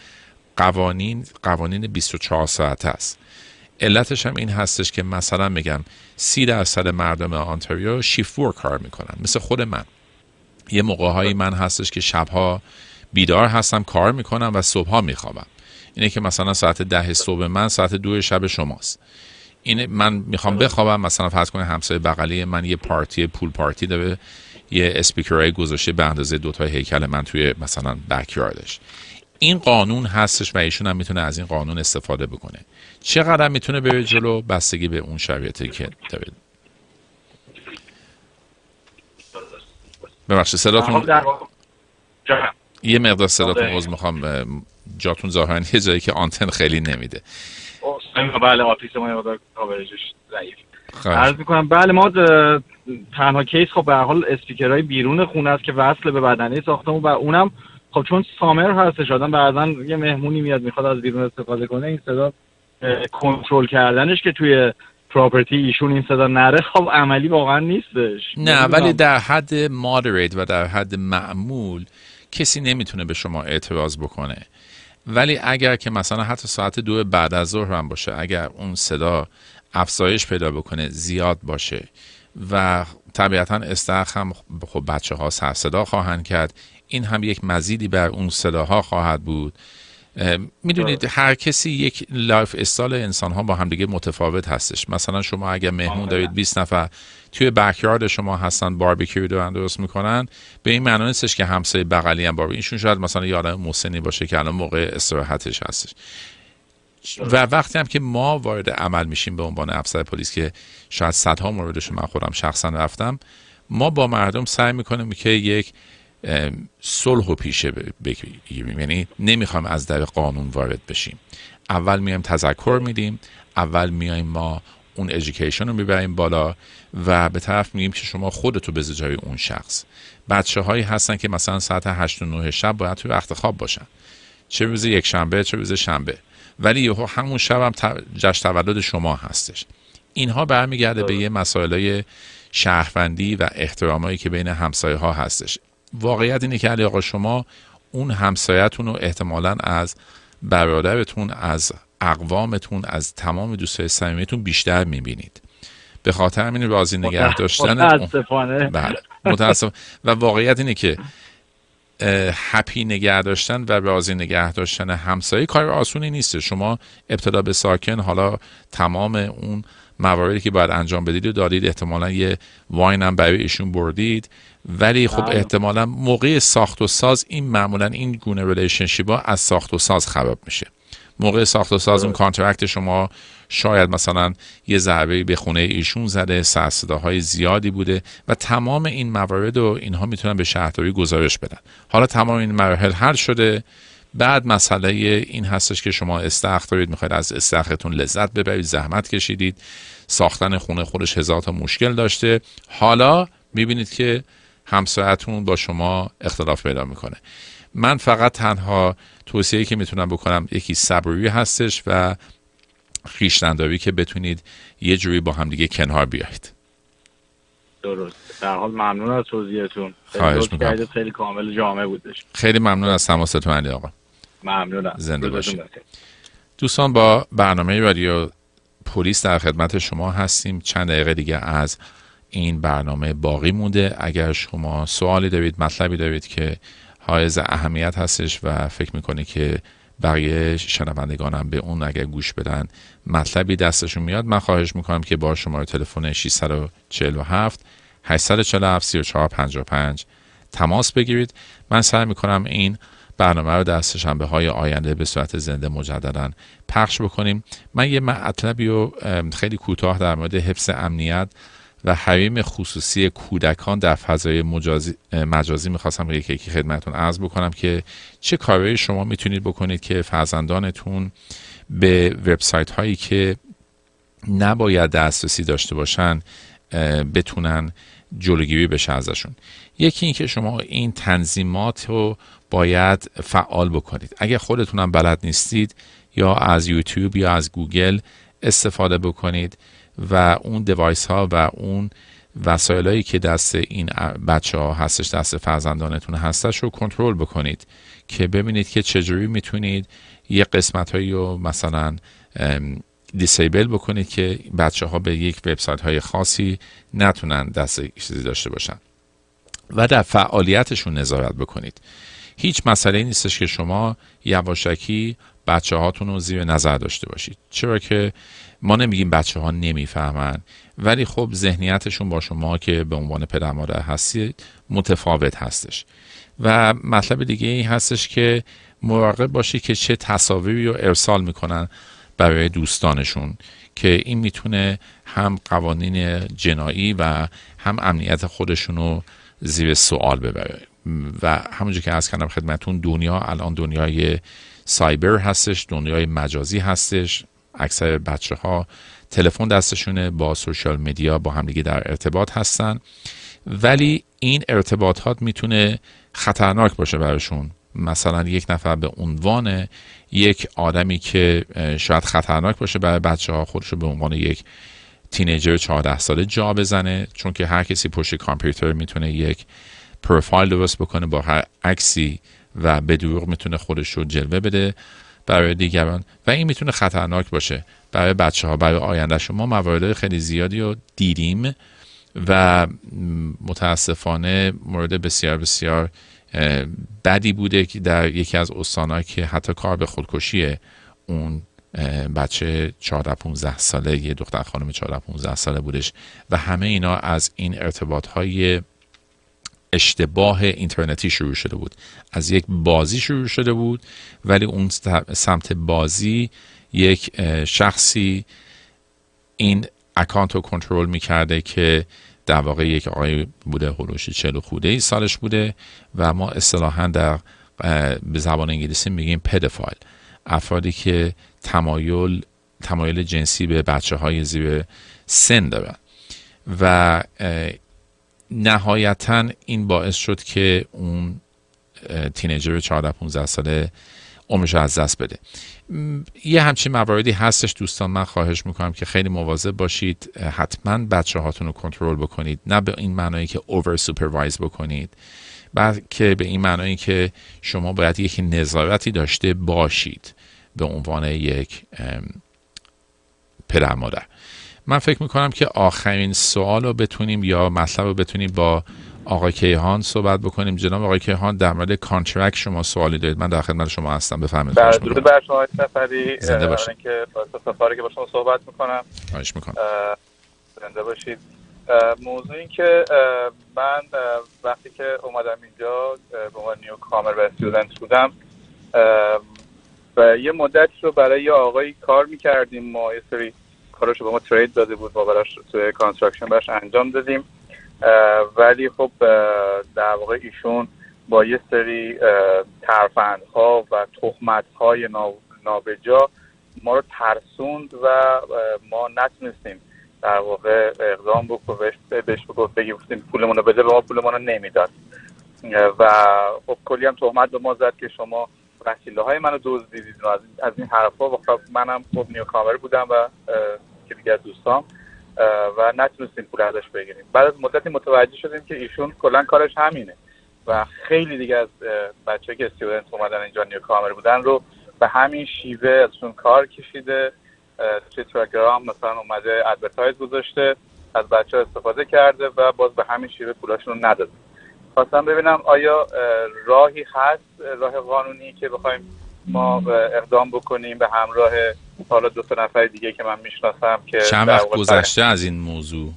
قوانین 24 ساعت است. علتش هم این هستش که مثلا میگم 30% مردم آنتاریو شیفت ورک کار میکنن، مثل خود من. یه موقع‌هایی من هستش که شبها بیدار هستم کار میکنم و صبحها میخوابم. اینه که مثلا ساعت 10 صبح من ساعت 2 شب شماست. این من میخوام بخوابم، مثلا فرض کنید همسایه بغلی من یه پارتی پول پارتی داره، یه اسپیکرای گذاشته به اندازه 2 تا هیکل من توی مثلا بکیاردش. این قانون هستش و ایشون هم میتونه از این قانون استفاده بکنه. چقدر میتونه بره جلو بستگی به اون شرایطی که داره. ببخشید صداتون یه مقدار صداتون عذر میخوام، جاتون ظاهرا یه جایی که آنتن خیلی نمیده. بله آفیس ما مقدار کاورجش ضعیف. عرض میکنم بله ما تنها کیس خب به هر حال اسپیکرهای بیرون خونه است که وصل به بدنه ساختمون و اونم خب چون سامر هستش آدم بعضا یه مهمونی میاد میخواد از بیرون استفاده کنه، این صدا کنترل کردنش که توی پراپرتی ایشون این صدا نره خب عملی واقعا نیستش. نه ولی در حد مادریت و در حد معمول کسی نمیتونه به شما اعتراض بکنه. ولی اگر که مثلا حتی ساعت 2 بعد از ظهر هم باشه، اگر اون صدا افزایش پیدا بکنه، زیاد باشه و طبیعتا استرخ هم خب بچه ها سر صدا خواهند کرد، این هم یک مزیدی بر اون صداها خواهد بود. میدونید هر کسی یک لایف استایل انسان ها با هم دیگه متفاوت هستش. مثلا شما اگر مهمون دارید 20 نفر توی بکیارد شما هستن باربیکیو دارن درست میکنن، به این معنی نیستش که همسایه بغلی هم باربیکیو، ایشون شاید مثلا یه آدم مسنی باشه که الان موقع استراحتش هستش. و وقتی هم که ما وارد عمل میشیم به عنوان افسر پلیس که شاید صدها موردش من خودم شخصا رفتم، ما با مردم سعی میکنیم که یک صلح و پیشه بگیریم، یعنی نمیخوایم از در قانون وارد بشیم. اول میایم تذکر میدیم، اول میایم ما اون ایژوکیشن رو میبریم بالا و به طرف میگیم که شما خودتو بذار جای اون شخص. بچه هایی هستن که مثلا ساعت 8 و 9 شب باید توی وقت خواب باشن، چه روز یک شنبه چه روز شنبه، ولی یهو همون شب هم جشن تولد شما هستش. اینها برمیگرده به یه مسائل شهروندی و احترامایی که بین همسایه ها هستش. واقعیت اینه که علی آقا شما اون همسایتون رو احتمالاً از برادرتون، از اقوامتون، از تمام دوستای صمیمیتون بیشتر میبینید. به خاطر همین راضی نگه داشتن متاسفانه و واقعیت اینه که هپی نگه داشتن و راضی نگه داشتن همسایه کار آسونی نیست. شما ابتدا به ساکن حالا تمام اون مواردی که باید انجام بدید و دادید، احتمالاً یه واین هم برای ایشون بردید، ولی خب احتمالاً موقع ساخت و ساز این معمولاً این گونه ریلیشنشیپ ها از ساخت و ساز خراب میشه. موقع ساخت و ساز اون کانترکت شما شاید مثلا یه ضربه‌ای به خونه ایشون زده، سر صداهای زیادی بوده و تمام این موارد و اینها میتونن به شهرداری گزارش بدن. حالا تمام این مراحل حل شده، بعد مسئله این هستش که شما استخر دارید، میخواید از استخرتون لذت ببرید، زحمت کشیدید، ساختن خونه خودش هزار تا مشکل داشته، حالا میبینید که همسایه‌تون با شما اختلاف پیدا میکنه. من فقط تنها توصیه‌ای که میتونم بکنم یکی صبوری هستش و خویشتن‌داری که بتونید یه جوری با هم دیگه کنار بیایید. درست. در حال ممنون از توضیحتون. خواهش می‌کنم. خیلی کامل جامع بودش. خیلی ممنون از تماستون علی آقا. ممنونم. زنده باشید. دوستان، با برنامه رادیو پلیس در خدمت شما هستیم. چند دقیقه دیگه از این برنامه باقی مونده. اگر شما سوالی دارید، مطلبی دارید که حائز اهمیت هستش و فکر میکنید که بقیه شنوندگانم به اون اگر گوش بدن مطلبی دستشون میاد، من خواهش میکنم که با شماره تلفن 647 847 3455 تماس بگیرید. من سعی میکنم این برنامه رو در سه‌شنبه های آینده به صورت زنده مجددا پخش بکنیم. من یه مطلبی رو خیلی کوتاه در مورد حفظ امنیت و حریم خصوصی کودکان در فضای مجازی میخواستم یکی خدمتتون عرض بکنم که چه کارهایی شما میتونید بکنید که فرزندانتون به وبسایت هایی که نباید دسترسی داشته باشن بتونن جلوگیری بشه ازشون. یکی این که شما این تنظیمات رو باید فعال بکنید. اگر خودتونم بلد نیستید یا از یوتیوب یا از گوگل استفاده بکنید و اون دیوایس ها و اون وسایل هایی که دست این بچه ها هستش، دست فرزندانتون هستش رو کنترل بکنید که ببینید که چجوری میتونید یه قسمت هایی رو مثلا دیسیبل بکنید که بچه ها به یک وبسایت های خاصی نتونن دست چیزی داشته باشن و در فعالیتشون نظارت بکنید. هیچ مسئله نیستش که شما یواشکی بچه هاتون رو زیر نظر داشته باشید، چرا که ما نمیگیم بچه ها نمیفهمن، ولی خب ذهنیتشون با شما که به عنوان پدر مادر هستید متفاوت هستش. و مطلب دیگه این هستش که مراقب باشید که چه تصاویری رو ارسال میکنن برای دوستانشون که این میتونه هم قوانین جنایی و هم امنیت خودشون رو زیر سوال ببره. و همونجور که عرض کردم خدمتون، دنیا الان دنیای سایبر هستش، دنیای مجازی هستش. اکثر بچه ها تلفن دستشونه، با سوشال مدیا با همدیگه در ارتباط هستن، ولی این ارتباطات میتونه خطرناک باشه براشون. مثلا یک نفر به عنوان یک آدمی که شاید خطرناک باشه برای بچه ها خودشو به عنوان یک تینیجر 14 ساله جا بزنه، چون که هر کسی پشت کامپیوتر میتونه یک پروفایل درست بکنه با هر عکسی و به دروغ میتونه خودش رو جلوه بده برای دیگران و این میتونه خطرناک باشه برای بچه ها، برای آینده شما. موارد خیلی زیادی رو دیدیم و متاسفانه مورد بسیار بسیار بدی بوده که در یکی از استان‌ها که حتی کار به خودکشی اون بچه 14-15 ساله، یه دختر خانم 14-15 ساله بودش و همه اینا از این ارتباط‌های اشتباه اینترنتی شروع شده بود. از یک بازی شروع شده بود، ولی اون سمت بازی یک شخصی این اکانت رو کنترل میکرده که در واقع یک آقای بوده، هلوش 40 خورده سالش بوده و ما اصطلاحاً در به زبان انگلیسی میگیم پدفایل، افرادی که تمایل جنسی به بچه های زیر سن دارن و نهایتاً این باعث شد که اون تینیجر 14-15 ساله عمرش از دست بده. یه همچین مواردی هستش دوستان. من خواهش میکنم که خیلی مواظب باشید، حتما بچه هاتون رو کنترل بکنید، نه به این معنایی که اوور سوپروایز بکنید، بلکه به این معنایی که شما باید یک نظارتی داشته باشید به عنوان یک پدر مادر. من فکر میکنم که آخرین سوال رو بتونیم یا مطلب رو بتونیم با آقای کیهان صحبت بکنیم. جناب آقای کیهان، در مورد کانترکت شما سوالی دارید؟ من در خدمت شما هستم، بفرمایید. درود بر شما سفری، زنده باشید. که سفاری که با شما صحبت میکنم. خواهش میکنم. زنده باشید. موضوع این که من وقتی که اومدم اینجا به عنوان نیو کامر و استودنت بودم و یه مدتی رو برای یه آقایی کار میکردیم، ما یه سری کاراشو به ما ترید داده بود، ما براش توی کانستراکشن براش انجام دادیم، ولی خب در واقع ایشون با یه سری ترفندها و تهمت‌های نابجا ما رو ترسوند و ما نتونستیم در واقع اقدام بهش بگیم پولمون رو بده، به ما پولمون رو نمیداد و خب کلی هم تهمت به ما زد که شما وسیله‌های منو دزدیدید از این حرفا. و خب منم خب نیوکامر بودم و که دیگه دوستام و نتونستیم پول ازش بگیریم. بعد از مدتی متوجه شدیم که ایشون کلا کارش همینه و خیلی دیگه از بچه‌ها که استودنت اومدن اینجا نیوکامر بودن رو به همین شیوه ازشون کار کشیده. توی تلگرام مثلا اومده ادورتایز گذاشته، از بچه‌ها استفاده کرده و باز به همین شیوه پولاشون رو نداده. خواستم ببینم آیا راهی هست، راه قانونی که بخوایم ما اقدام بکنیم به همراه حالا 2 نفر دیگه که من میشناسم که چند وقت گذشته از این موضوع؟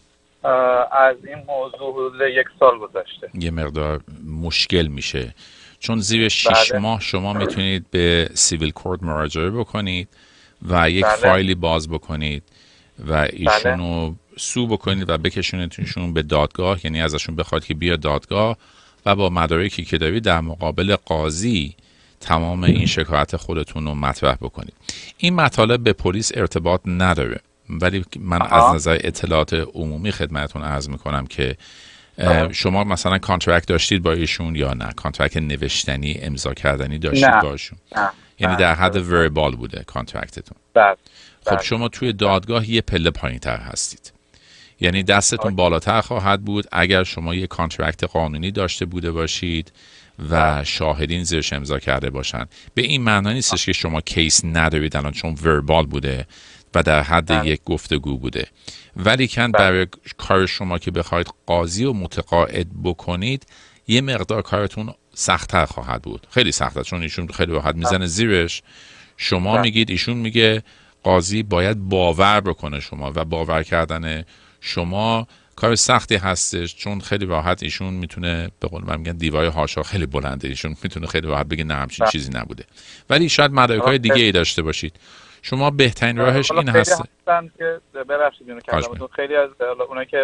از این موضوع حدود 1 سال گذشته. یه مقدار مشکل میشه چون زیر 6 ماه شما میتونید به سیویل کورت مراجعه بکنید و یک فایلی باز بکنید و ایشونو سو بکنید و بکشونیدشون به دادگاه، یعنی ازشون بخواد که بیا دادگاه و با مدارکی که دارید در مقابل قاضی تمام این شکایت خودتون رو مطرح بکنید. این مطالب به پلیس ارتباط نداره، ولی من از نظر اطلاعات عمومی خدمتتون عرض میکنم که شما مثلا کانترکت داشتید با ایشون یا نه؟ کانترکت نوشتنی امضا کردنی داشتید با ایشون؟ یعنی در حد وربال بوده کانترکتتون؟ خب شما توی دادگاه یه پله پایین‌تر هستید، یعنی دستتون بالاتر خواهد بود اگر شما یه کانترکت قانونی داشته بوده باشید و شاهدین زیرش امضا کرده باشن. به این معنی نیستش که شما کیس ندارید الان، چون وربال بوده و در حد یک گفتگو بوده، ولی کن برای کار شما که بخواید قاضی رو متقاعد بکنید یه مقدار کارتون سخت‌تر خواهد بود، خیلی سخت‌تر، چون ایشون خیلی راحت میزنه زیرش، شما میگید، ایشون میگه، قاضی باید باور بکنه شما و باور کردن شما کار سختی هستش، چون خیلی راحت ایشون میتونه، به قول من میگن دیوای هاشا خیلی بلنده، ایشون میتونه خیلی راحت بگه نه همچین چیزی نبوده، ولی شاید مدارک‌های دیگه ای داشته باشید. شما بهترین راهش این هست که ببخشید اینو کلامتون، خیلی از اونایی که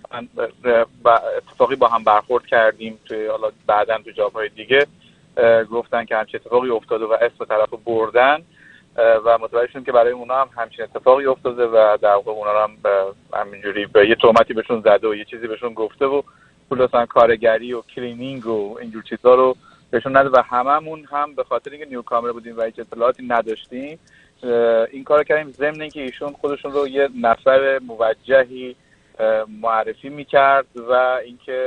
اتفاقی با هم برخورد کردیم توی حالا بعدن تو جاب‌های دیگه گفتن که همچین اتفاقی افتاده و اسم طرفو بردن و متوجه شدیم که برای اونا هم همچین اتفاقی افتاده و در واقع اونا هم همینجوری به یه تهمتی بهشون زده و یه چیزی بهشون گفته و پول مثلا کارگری و کلینینگ و اینجور چیزا رو بهشون نده و هممون هم به خاطر اینکه نیوکامر بودیم و هیچ اطلاعاتی نداشتیم این کارو کردیم، ضمن اینکه ایشون خودشون رو یه نفر موجهی معرفی میکرد و اینکه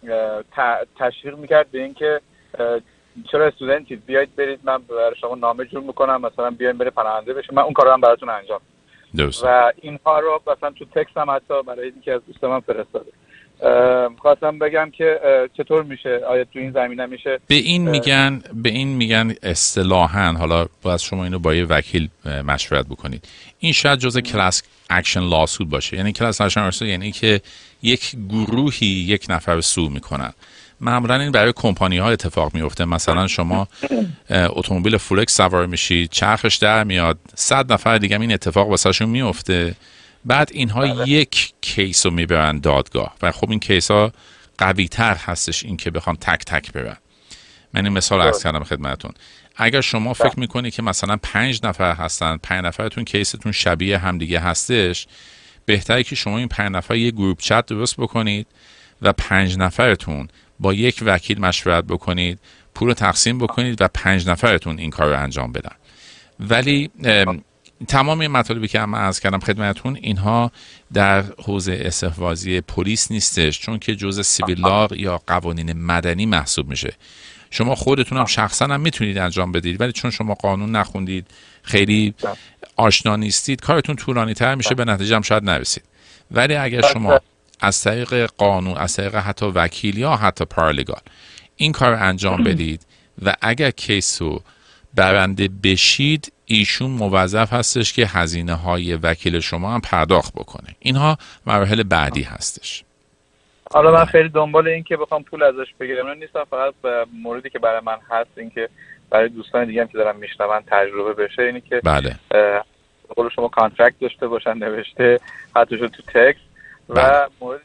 تشویق میکرد به اینکه چرا استودنتید، بیایید برید من برای شما نامه جور میکنم، مثلا بیاین بره پناهنده بشه، من اون کارو هم براتون انجام درست. و اینها رو مثلا تو تکست هم حتی برای یکی از دوستان من فرستاده. خواستم بگم که چطور میشه، آیا تو این زمینه میشه؟ به این میگن اصطلاحاً، حالا باید شما اینو با یه وکیل مشورت بکنید، این شاید جزء کلاس اکشن لاسود باشه. یعنی کلاس اکشن لاسود یعنی که یک گروهی یک نفر سو میکنن. معمولا این برای کمپانی ها اتفاق میفته. مثلا شما اتومبیل فولکس سوار میشید، چرخش در میاد، 100 نفر دیگه این اتفاق واسهشون میفته، بعد اینها یک کیس رو میبرن دادگاه و خب این کیس ها قوی تر هستش این که بخوان تک تک برن. من این مثال عرض کردم خدمتون. اگر شما فکر میکنی که مثلا 5 نفر هستن، 5 نفرتون کیستون شبیه همدیگه هستش، بهتره که شما این 5 نفر یه گروپ چت درست بکنید و 5 نفرتون با یک وکیل مشورت بکنید، پول رو تقسیم بکنید و 5 نفرتون این کار رو انجام بدن. ولی تمام این مطالبی که من عرض کردم خدمتتون اینها در حوزه استحواذی پلیس نیستش، چون که جزء سیویل لا یا قوانین مدنی محسوب میشه. شما خودتون هم شخصا هم میتونید انجام بدید، ولی چون شما قانون نخوندید، خیلی آشنا نیستید، کارتون طولانی تر میشه، به نتیجه هم شاید نرسید. ولی اگر شما از طریق قانون، از طریق حتی وکیل یا حتی پارالگال این کار انجام بدید و اگر کیس رو برنده بشید، ایشون موظف هستش که هزینه های وکیل شما هم پرداخت بکنه. اینها مراحل بعدی هستش. حالا من خیلی دنبال این که بخوام پول ازش بگیرم نیستم، فقط موردی که برای من هست این که برای دوستان دیگه هم که دارن میشنون تجربه بشه، اینی که بله قول شما کانترکت داشته باشن نوشته حتی شد تو تکست و مورد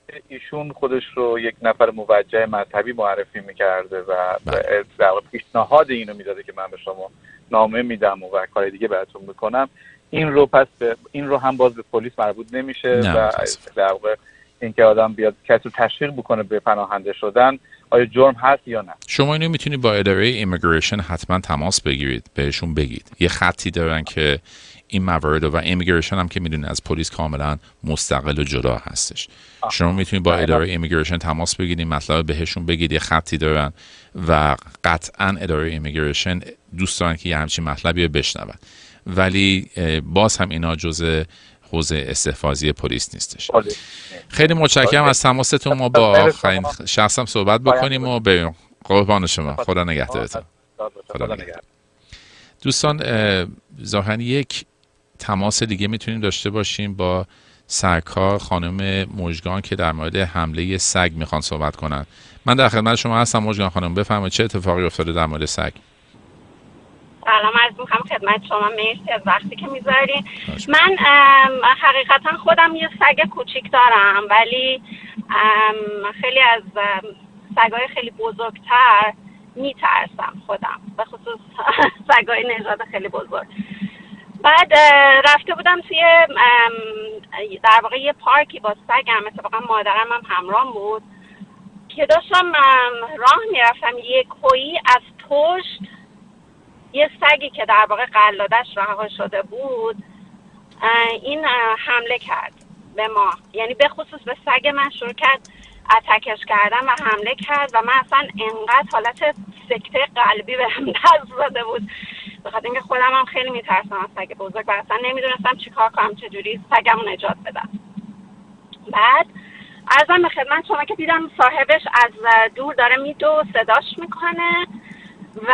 ایشون خودش رو یک نفر موجه مذهبی معرفی میکرده و در پیشنهاد اینو میداده که من به شما نامه میدم و کار دیگه براتون میکنم، این رو هم باز به پلیس مربوط نمیشه و در واقع اینکه آدم بیاد کسی رو تشویق بکنه به پناهنده شدن آیا جرم هست یا نه. شما اینو میتونید با اداره ایمیگریشن حتما تماس بگیرید، بهشون بگید. یه خطی دارن که این موارد و ایمیگریشن هم که میدونید از پلیس کاملا مستقل و جدا هستش. شما میتونید با اداره ایمیگریشن تماس بگیرید، این مطلب بهشون بگید، یه خطی دارن و قطعا اداره ایمیگریشن دوست دارن که یه همچین مطلبی رو بشنون، ولی باز هم اینا جزء حوزه استحفاظی پلیس نیستش. خیلی متشکرم از تماستون. ما با آخرین شخصم صحبت بکنیم و بریم. قربان شما، خدا نگهدارتون. خدا نگهدار. دوستان، ظاهراً یک تماس دیگه میتونیم داشته باشیم با سرکار خانم مژگان که در مورد حمله سگ میخوان صحبت کنن. من در خدمت شما هستم مژگان خانم، بفرمایید چه اتفاقی افتاده در مورد سگ؟ سلام عرض می‌کنم خدمت شما، مرسی از وقتی که میذارین. من حقیقتا خودم یه سگ کوچیک دارم، ولی خیلی از سگای خیلی بزرگتر میترسم خودم، به خصوص سگای نژاد خیلی بزرگ. بعد رفته بودم توی در واقع یه پارکی با سگم، اتفاقا مادرم هم همراهم بود که داشتم راه میرفتم، یه کویی از پشت یه سگی که در واقع قلادش رها شده بود این حمله کرد به ما، یعنی به خصوص به سگ من شروع کرد اتکش کردن و حمله کرد و من اصلا انقدر حالت سکته قلبی بهم دست زده بود به خاطر اینکه خودم هم خیلی میترسم از سگ بزرگ و اصلا نمیدونستم چیکار کنم، چجوری سگمو نجات بدم. بعد عرضم به خدمت شما که دیدم صاحبش از دور داره میدو صداش میکنه و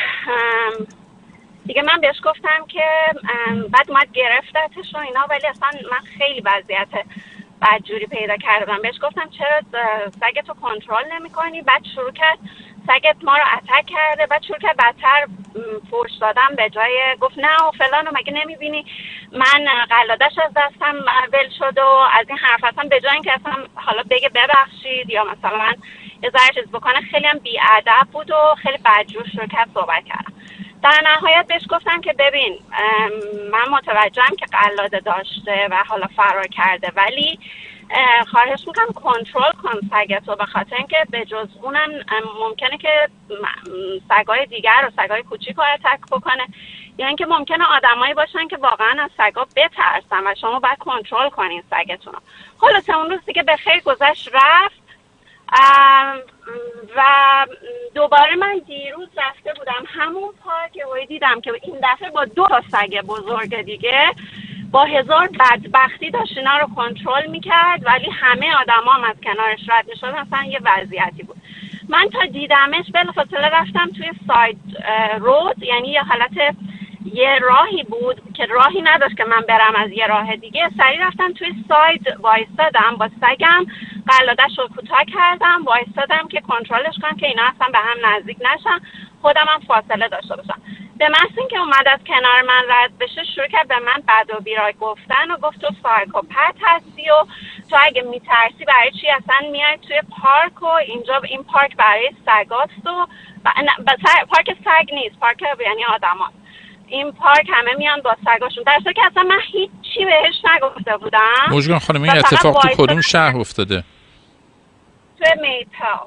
دیگه من بهش گفتم که بعد اومد گرفتتش و اینا، ولی اصلا من خیلی وضعیت بدجوری پیدا کردم. بهش گفتم چرا سگتو کنترل نمی کنی؟ بعد شروع کرد سگت ما رو اتک کرده، بعد شروع کرد بدتر فوش دادم، به جای گفت نه و فلان و مگه نمی بینی من قلادش از دستم ول شد و از این حرف، اصلا به جای اینکه اصلا حالا بگه ببخشید یا مثلا یه ذره چیز بکنه خیلی هم بی‌ادب بود و خیلی بدجور شروع کرد صحبت کردم. در نهایت بهش گفتم که ببین من متوجهم که قلاده داشته و حالا فرار کرده، ولی خواهش میکنم کنترل کن سگتو، به خاطر اینکه به جز اونم ممکنه که سگای دیگر و سگای کوچیک رو اتک بکنه، یا اینکه ممکنه آدمایی باشن که واقعا از سگا بترسن و شما باید کنترل کنین سگتون رو. خلاصه اون روز دیگه به خیر گذشت رفت و دوباره من دیروز رفته بودم همون پارک و دیدم که این دفعه با 2 سگ بزرگ دیگه با 1000 بدبختی داشت اینا رو کنترل میکرد، ولی همه آدم هم از کنارش رد میشدن. مثلا یه وضعیتی بود. من تا دیدمش بلافاصله رفتم توی ساید رود، یعنی یه حالت یه راهی بود که راهی نداشت که من برم از یه راه دیگه، سریع رفتم توی ساید وایستادم با سگم، قلادش رو کوتاه کردم، وایستادم که کنترلش کنم که اینا اصلا به هم نزدیک نشن، خودم هم فاصله داشته باشم. به محض اینکه اومد از کنار من رد بشه شروع کرد به من بد و بیراه گفتن و گفت تو سایکوپت هستی و تو اگه میترسی برای چی اصلا میای توی پارک و اینجا این پارک برای سگاست و پارک سگ نیست، پارک یعنی آدماست. این پارک همه میان با سگاشون، در صورتی که اصلا من هیچی بهش نگفته بودم. مژگان خانم این اتفاق تو کدوم شهر افتاده؟ توی میپل.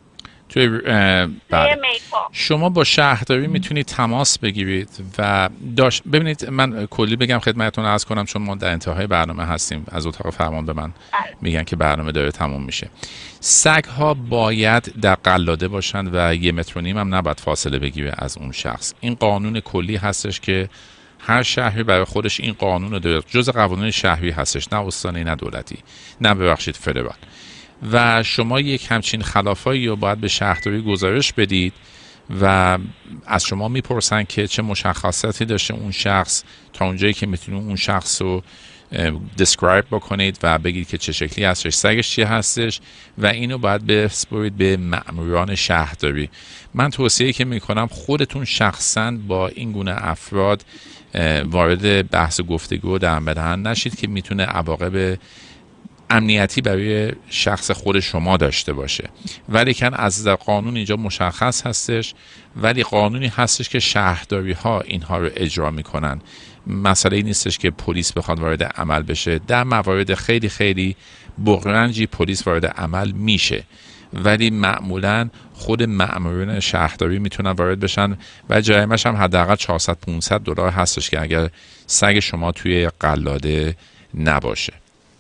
شما با شهرداری میتونید تماس بگیرید و ببینید من کلی بگم خدمتتون عرض کنم چون ما در انتهای برنامه هستیم، از اتاق فرمان به من میگن که برنامه داره تموم میشه. سگ ها باید در قلاده باشند و 1.5 متر هم نباید فاصله بگیره از اون شخص. این قانون کلی هستش که هر شهری برای خودش این قانون رو داره، جز قوانین شهری هستش، نه استانی نه دولتی، نه ببخشید فدرال. و شما یک همچین خلافایی رو باید به شهرداری گزارش بدید و از شما میپرسن که چه مشخصاتی داشته اون شخص، تا اونجایی که میتونید اون شخص رو describe بکنید و بگید که چه شکلی هستش، سگش چی هستش و اینو باید بسپرید به مأموران شهرداری. من توصیه که میکنم خودتون شخصا با این گونه افراد وارد بحث و گفتگو در بدهن نشید که میتونه عواقب امنیتی برای شخص خود شما داشته باشه. ولی کن از قانون اینجا مشخص هستش، ولی قانونی هستش که شهرداری ها اینها رو اجرا میکنن. مسئله این نیستش که پلیس بخواد وارد عمل بشه. در موارد خیلی خیلی بغرنجی پلیس وارد عمل میشه، ولی معمولا خود مأمورین شهرداری میتونن وارد بشن و جریمه‌اش هم حداقل 400-500 دلار هستش که اگر سگ شما توی قلاده نباشه.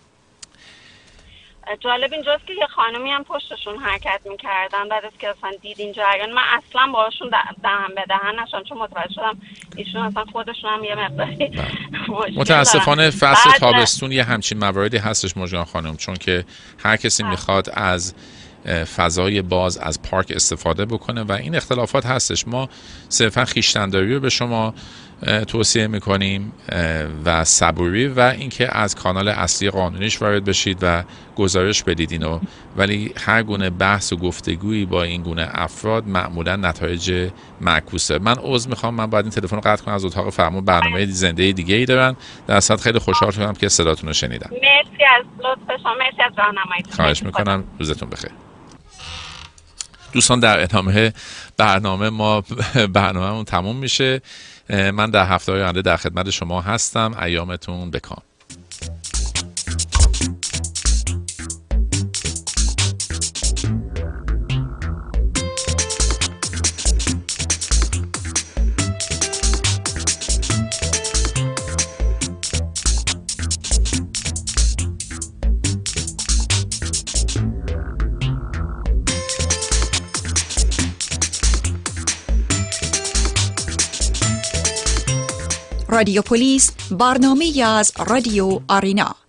جالب اینجاست که یه خانمی هم پشتشون حرکت میکردن بعد از که اصلا دیدین جریان. من اصلا باهاشون دهن به دهن نشدم چون متوجه شدم ایشون اصلا خودشون هم یه مقداری متاسفانه فصل تابستون یه همچین مواردی هستش مژگان خانم، چون که هر کسی میخواد از فضای باز از پارک استفاده بکنه و این اختلافات هستش. ما صرفا خویشتنداری رو به شما توصیه میکنیم و صبوری و اینکه از کانال اصلی قانونیش وارد بشید و گزارش بدید اینو، ولی هر گونه بحث و گفتگویی با این گونه افراد معمولا نتایج معکوسه. من عذر میخوام، من باید این تلفن رو قطع کنم، از اتاق فرمون برنامه زنده دیگه ای دارن. در اصل خیلی خوشحال شدم که صداتون رو شنیدم. مرسی از لطف شما، مرسی از راهنماییتون. خواهش میکنم، روزتون بخیر. دوستان در ادامه برنامه ما برنامه‌مون تموم میشه. من در هفته‌های آینده در خدمت شما هستم. ایامتون بکام. رادیو پلیس، برنامه‌ای از رادیو آرینا.